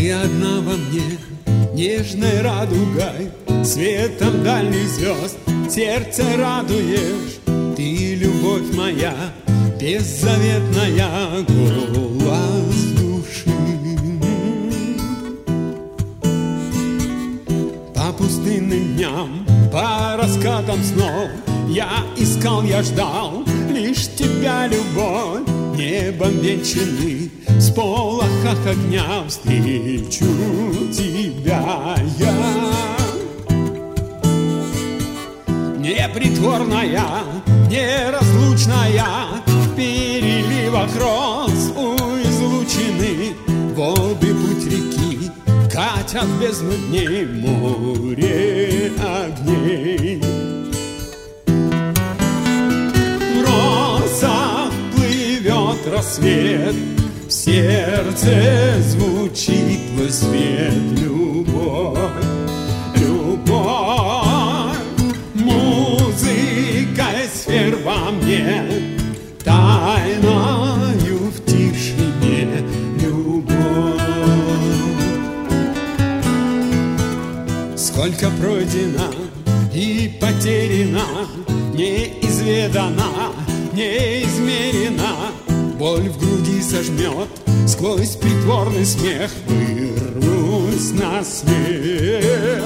Ты одна во мне, нежной радугой, светом дальних звезд сердце радуешь. Ты, любовь моя, беззаветная, голос души. По пустынным дням, по раскатам снов я искал, я ждал лишь тебя, любовь. Небом венчаны, в сполохах огня встречу тебя я. Непритворная, неразлучная, в переливах роз у излучины воды путь реки катят в бездну дней, море огней. Рассвет, в сердце звучит твой свет, любовь, любовь, музыкой сфер во мне, тайною в тишине, любовь. Сколько пройдено и потеряно, неизведано, неизмерено. Боль в груди сожмет, сквозь притворный смех вырвусь на свет.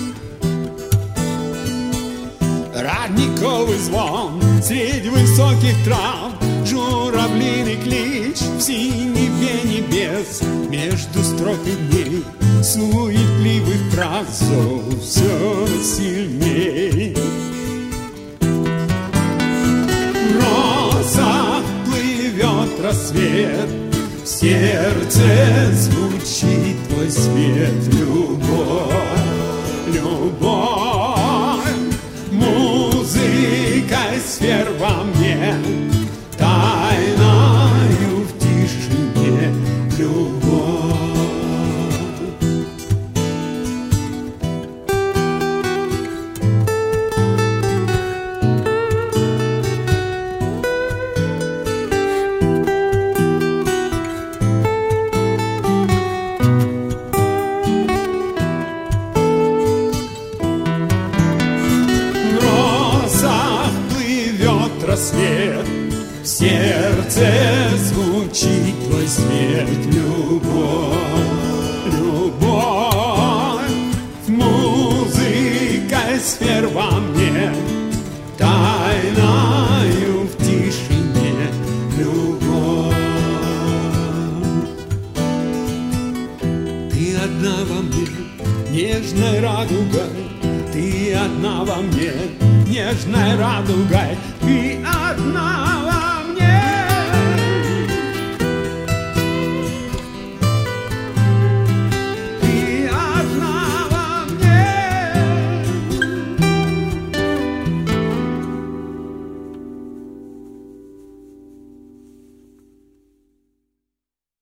Родниковый звон средь высоких трав, журавлиный клич в синеве небес. Между строк и дней суетливых фраз зов все сильней. Рассвет, в сердце звучит твой свет, любовь, любовь, музыкой сфер во мне, тайною в тишине, любовь. Рассвет, в сердце звучит твой свет, любовь, любовь, музыкой сфер во мне, тайною в тишине, любовь. Ты одна во мне, нежной радугой, ты одна во мне, нежной радугой, ты одна во